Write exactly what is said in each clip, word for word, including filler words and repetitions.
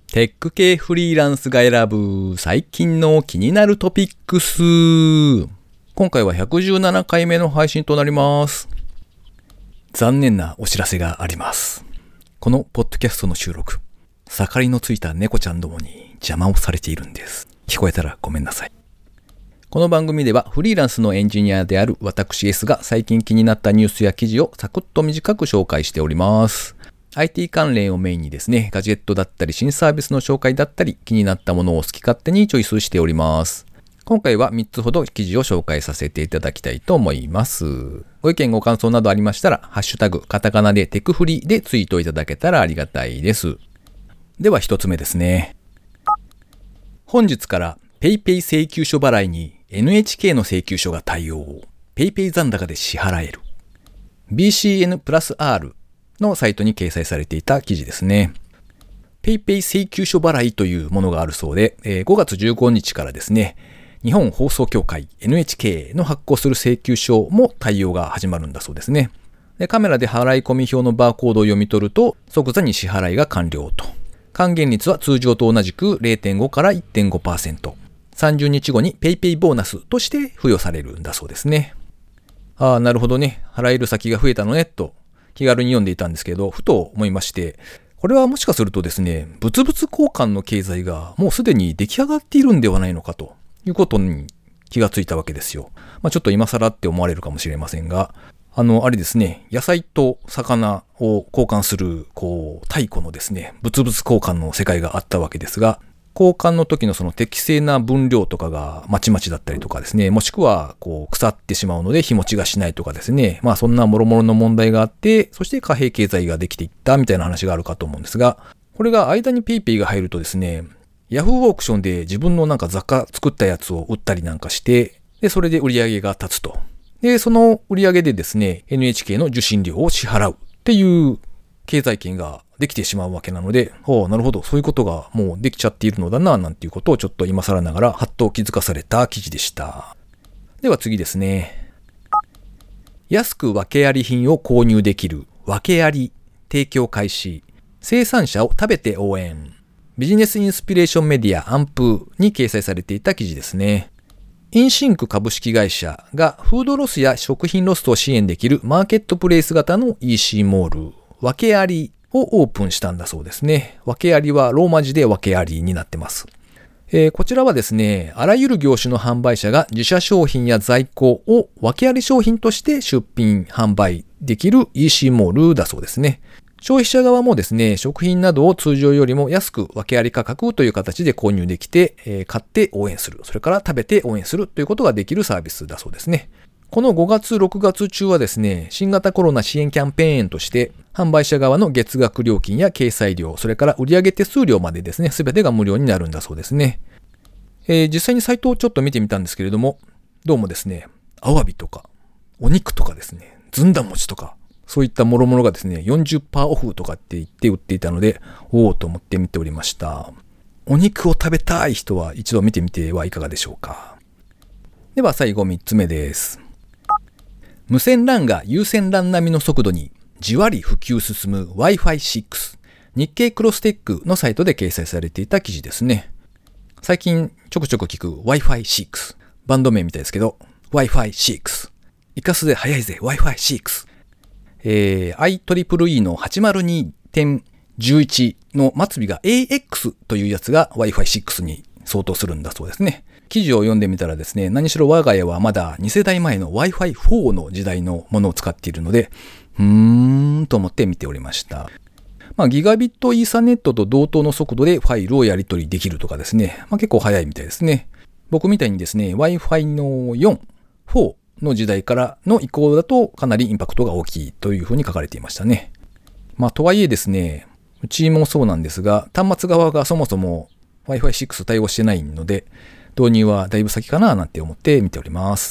テック系フリーランスが選ぶ最近の気になるトピックス。今回はひゃくじゅうななかいめの配信となります。残念なお知らせがあります。このポッドキャストの収録、盛りのついた猫ちゃんどもに邪魔をされているんです。聞こえたらごめんなさい。この番組ではフリーランスのエンジニアである私 S が最近気になったニュースや記事をサクッと短く紹介しております。アイティー 関連をメインにですね、ガジェットだったり新サービスの紹介だったり、気になったものを好き勝手にチョイスしております。今回はみっつほど記事を紹介させていただきたいと思います。ご意見ご感想などありましたら、ハッシュタグ、カタカナでテクフリでツイートいただけたらありがたいです。では一つ目ですね。本日から PayPay 請求書払いに エヌエイチケー の請求書が対応。PayPay 残高で支払える。ビーシーエヌ プラス Rのサイトに掲載されていた記事ですね。PayPay 請求書払いというものがあるそうで、ごがつじゅうごにちからですね、日本放送協会 エヌエイチケー の発行する請求書も対応が始まるんだそうですね。で、カメラで払い込み表のバーコードを読み取ると即座に支払いが完了と。還元率は通常と同じく ゼロてんご から いってんごパーセント。さんじゅうにちごに PayPay ボーナスとして付与されるんだそうですね。ああ、なるほどね。払える先が増えたのね、と気軽に読んでいたんですけど、ふと思いまして、これはもしかするとですね、物々交換の経済がもうすでに出来上がっているんではないのかということに気がついたわけですよ。まあ、ちょっと今更って思われるかもしれませんが、あの、あれですね、野菜と魚を交換する、こう、太古のですね、物々交換の世界があったわけですが、交換の時のその適正な分量とかがまちまちだったりとかですね、もしくはこう腐ってしまうので日持ちがしないとかですね、まあそんな諸々の問題があって、そして貨幣経済ができていったみたいな話があるかと思うんですが、これが間に PayPay が入るとですね、ヤフーオークションで自分のなんか雑貨作ったやつを売ったりなんかして、で、それで売り上げが立つと。で、その売り上げでですね、エヌエイチケー の受信料を支払うっていう経済圏ができてしまうわけなので、おお、なるほど、そういうことがもうできちゃっているのだな、なんていうことをちょっと今更ながらはっと気づかされた記事でした。では次ですね。安く訳あり品を購入できる訳あり提供開始。生産者を食べて応援。ビジネスインスピレーションメディアアンプに掲載されていた記事ですね。インシンク株式会社がフードロスや食品ロスを支援できるマーケットプレイス型の イーシー モール、訳ありをオープンしたんだそうですね。訳ありはローマ字で訳ありになってます。えー、こちらはですね、あらゆる業種の販売者が自社商品や在庫を訳あり商品として出品販売できる イーシー モールだそうですね。消費者側もですね、食品などを通常よりも安く訳あり価格という形で購入できて、えー、買って応援する、それから食べて応援するということができるサービスだそうですね。このごがつ、ろくがつ中はですね、新型コロナ支援キャンペーンとして、販売者側の月額料金や掲載料、それから売上手数料までですね、すべてが無料になるんだそうですね。えー、実際にサイトをちょっと見てみたんですけれども、どうもですね、アワビとか、お肉とかですね、ずんだ餅とか、そういった諸々がですね、よんじゅっパーセントオフとかって言って売っていたので、おおと思って見ておりました。お肉を食べたい人は一度見てみてはいかがでしょうか。では最後みっつめです。無線 ラン が有線 ラン 並みの速度にじわり普及進む ワイファイシックス。日経クロステックのサイトで掲載されていた記事ですね。最近ちょくちょく聞く ワイファイシックス。バンド名みたいですけど、ワイファイシックス。イカスで早いぜ、ワイファイシックス。えー、アイトリプルイー の はちまるにてんじゅういち の末尾が エーエックス というやつが ワイファイシックス に相当するんだそうですね。記事を読んでみたらですね、何しろ我が家はまだにせだいまえの ワイファイフォー の時代のものを使っているので、うーんと思って見ておりました。まあ、ギガビットイーサネットと同等の速度でファイルをやり取りできるとかですね、まあ、結構早いみたいですね。僕みたいにですね、Wi-Fi のよん、フォーの時代からの移行だとかなりインパクトが大きいというふうに書かれていましたね。まあ、とはいえですね、うちもそうなんですが、端末側がそもそも ワイファイシックス 対応してないので、導入はだいぶ先かななんて思って見ております。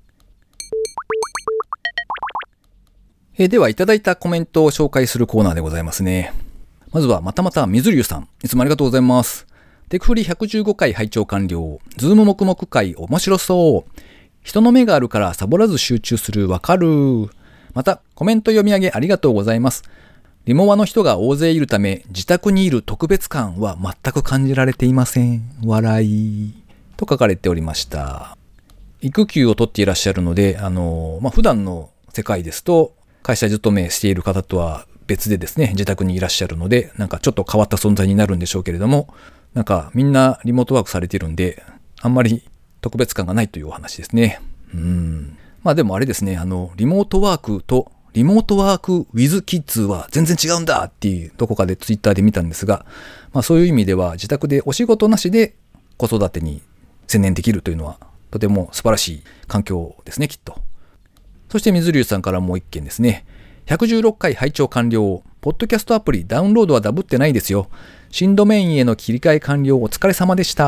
えー、ではいただいたコメントを紹介するコーナーでございますね。まずはまたまた水流さん、いつもありがとうございます。テクフリひゃくじゅうごかい拝聴完了。ズーム黙々会面白そう。人の目があるからサボらず集中する。わかる。またコメント読み上げありがとうございます。 リモワの人が大勢いるため、自宅にいる特別感は全く感じられていません。笑い。と書かれておりました。育休を取っていらっしゃるので、あの、まあ、普段の世界ですと、会社勤めしている方とは別でですね、自宅にいらっしゃるので、なんかちょっと変わった存在になるんでしょうけれども、なんかみんなリモートワークされているんで、あんまり特別感がないというお話ですね。うん。まあでもあれですね、あの、リモートワークとリモートワーク with kids は全然違うんだっていうどこかでツイッターで見たんですが、まあそういう意味では自宅でお仕事なしで子育てに専念できるというのはとても素晴らしい環境ですね、きっと。そして水流さんからもう一件ですね。ひゃくじゅうろっかい拝聴完了。ポッドキャストアプリダウンロードはダブってないですよ。新ドメインへの切り替え完了お疲れ様でした。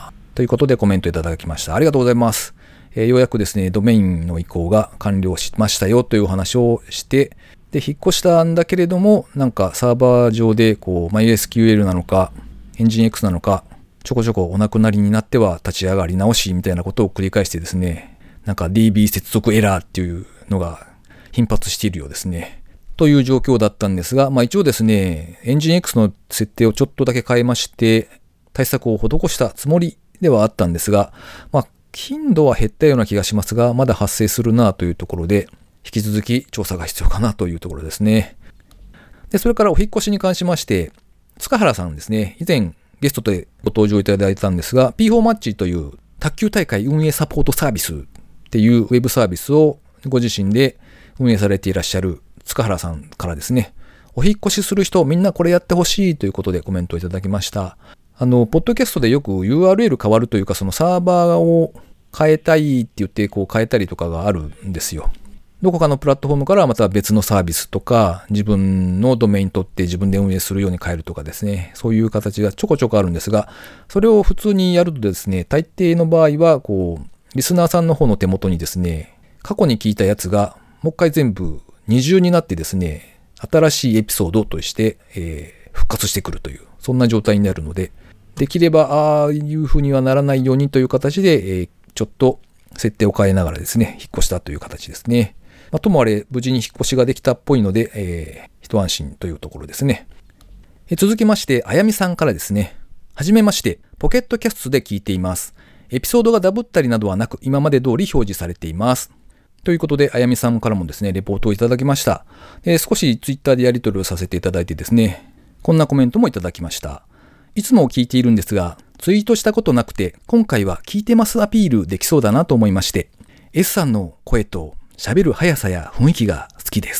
ということでコメントいただきました。ありがとうございます。えー、ようやくですね、ドメインの移行が完了しましたよというお話をして、で、引っ越したんだけれども、なんかサーバー上でこう、MySQL なのか、エンジンエックス なのか、ちょこちょこお亡くなりになっては立ち上がり直しみたいなことを繰り返してですね、なんか ディービー 接続エラーっていうのが頻発しているようですね。という状況だったんですが、まあ一応ですね、エンジンエックス の設定をちょっとだけ変えまして、対策を施したつもりではあったんですが、まあ頻度は減ったような気がしますが、まだ発生するなというところで、引き続き調査が必要かなというところですね。で、それからお引っ越しに関しまして、塚原さんですね、以前ゲストでご登場いただいたんですが、ピーフォー マッチという卓球大会運営サポートサービスっていうウェブサービスをご自身で運営されていらっしゃる塚原さんからですね、お引っ越しする人みんなこれやってほしいということでコメントをいただきました。あの、ポッドキャストでよく ユーアールエル 変わるというか、そのサーバーを変えたいって言ってこう変えたりとかがあるんですよ。どこかのプラットフォームからまた別のサービスとか、自分のドメイン取って自分で運営するように変えるとかですね、そういう形がちょこちょこあるんですが、それを普通にやるとですね、大抵の場合は、こう、リスナーさんの方の手元にですね、過去に聞いたやつがもう一回全部二重になってですね、新しいエピソードとして、えー、復活してくるという、そんな状態になるので、できればああいう風にはならないようにという形で、えー、ちょっと設定を変えながらですね、引っ越したという形ですね。まあ、ともあれ無事に引っ越しができたっぽいので、えー、一安心というところですね。えー、続きまして、あやみさんからですね。はじめまして、ポケットキャストで聞いています。エピソードがダブったりなどはなく、今まで通り表示されています。ということで、あやみさんからもですね、レポートをいただきました。えー、少しツイッターでやり取りをさせていただいてですね、こんなコメントもいただきました。いつも聞いているんですが、ツイートしたことなくて、今回は聞いてますアピールできそうだなと思いまして、S さんの声と喋る速さや雰囲気が好きです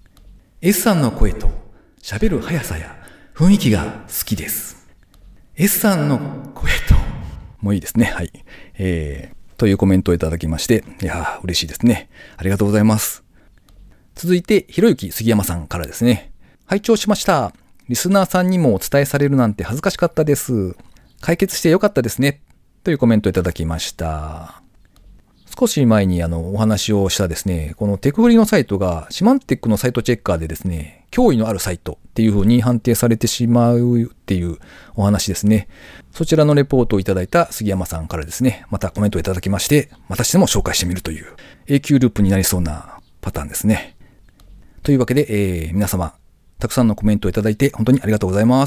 。S さんの声と喋る速さや雰囲気が好きです。S さんの声と、もういいですね。はい。えー、というコメントをいただきまして、いやー、嬉しいですね。ありがとうございます。続いて、ひろゆき杉山さんからですね。拝聴しました。リスナーさんにもお伝えされるなんて恥ずかしかったです。解決してよかったですね。というコメントをいただきました。少し前にあのお話をしたですね、このテクフリのサイトがシマンテックのサイトチェッカーでですね、脅威のあるサイトっていう風に判定されてしまうっていうお話ですね。そちらのレポートをいただいた杉山さんからですね、またコメントをいただきまして、またしても紹介してみるという永久ループになりそうなパターンですね。というわけで、えー、皆様、たくさんのコメントをいただいて本当にありがとうございます。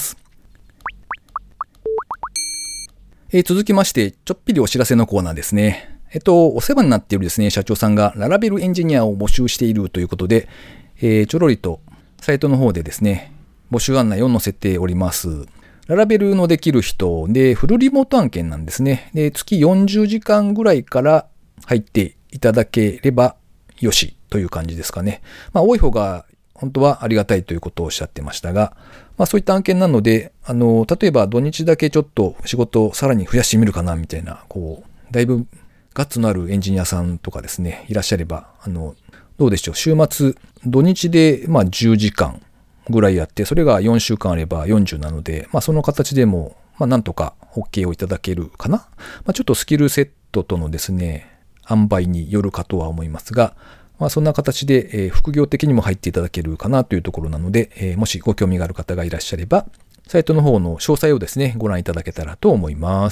えー、続きまして、ちょっぴりお知らせのコーナーですね。えっと、お世話になっているですね、社長さんがララベルエンジニアを募集しているということで、えー、ちょろりとサイトの方でですね、募集案内を載せております。ララベルのできる人で、フルリモート案件なんですね。で、月よんじゅうじかんぐらいから入っていただければよしという感じですかね。まあ、多い方が本当はありがたいということをおっしゃってましたが、まあそういった案件なので、あの、例えば土日だけちょっと仕事をさらに増やしてみるかなみたいな、こう、だいぶガッツのあるエンジニアさんとかですね、いらっしゃれば、あの、どうでしょう、週末、土日でまあじゅうじかんぐらいやって、それがよんしゅうかんあればよんじゅうなので、まあその形でも、まあなんとか OK をいただけるかな。まあちょっとスキルセットとのですね、塩梅によるかとは思いますが、まあそんな形で、えー、副業的にも入っていただけるかなというところなので、えー、もしご興味がある方がいらっしゃれば、サイトの方の詳細をですね、ご覧いただけたらと思います。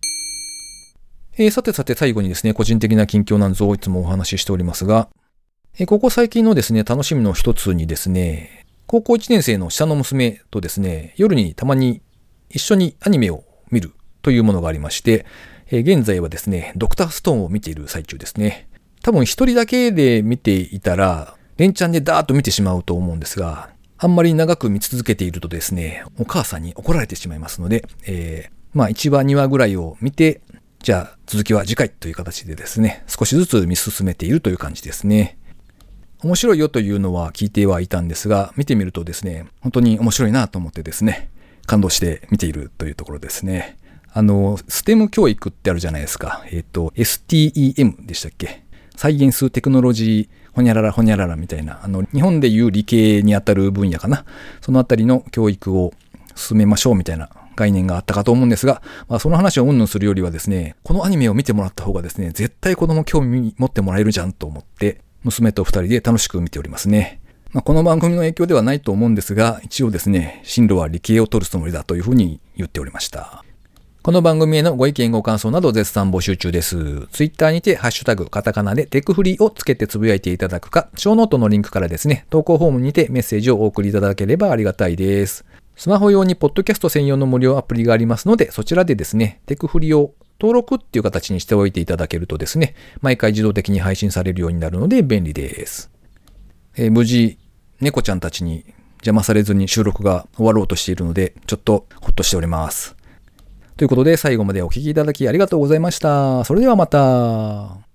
えー、さてさて最後にですね、個人的な近況なんぞをいつもお話ししておりますが、 えここ最近のですね、楽しみの一つにですね、高校いちねん生の下の娘とですね、夜にたまに一緒にアニメを見るというものがありまして、え現在はですね、ドクターストーンを見ている最中ですね。多分一人だけで見ていたら、連チャンでダーッと見てしまうと思うんですが、あんまり長く見続けているとですね、お母さんに怒られてしまいますので、えー、まあいちわにわぐらいを見て、じゃあ続きは次回という形でですね、少しずつ見進めているという感じですね。面白いよというのは聞いてはいたんですが、見てみるとですね、本当に面白いなと思ってですね、感動して見ているというところですね。あの、ステム 教育ってあるじゃないですか。えっと、エスティーイーエム でしたっけ？サイエンステクノロジー、ほにゃららほにゃららみたいな、あの、日本でいう理系にあたる分野かな。そのあたりの教育を進めましょうみたいな概念があったかと思うんですが、まあ、その話をうんぬんするよりはですね、このアニメを見てもらった方がですね、絶対子供興味持ってもらえるじゃんと思って、娘と二人で楽しく見ておりますね。まあ、この番組の影響ではないと思うんですが、一応ですね、進路は理系を取るつもりだというふうに言っておりました。この番組へのご意見ご感想など絶賛募集中です。ツイッターにてハッシュタグカタカナでテクフリーをつけてつぶやいていただくか、ショーノートのリンクからですね、投稿フォームにてメッセージをお送りいただければありがたいです。スマホ用にポッドキャスト専用の無料アプリがありますので、そちらでですね、テクフリを登録っていう形にしておいていただけるとですね、毎回自動的に配信されるようになるので便利です。えー、無事、猫ちゃんたちに邪魔されずに収録が終わろうとしているので、ちょっとほっとしております。ということで最後までお聞きいただきありがとうございました。それではまた。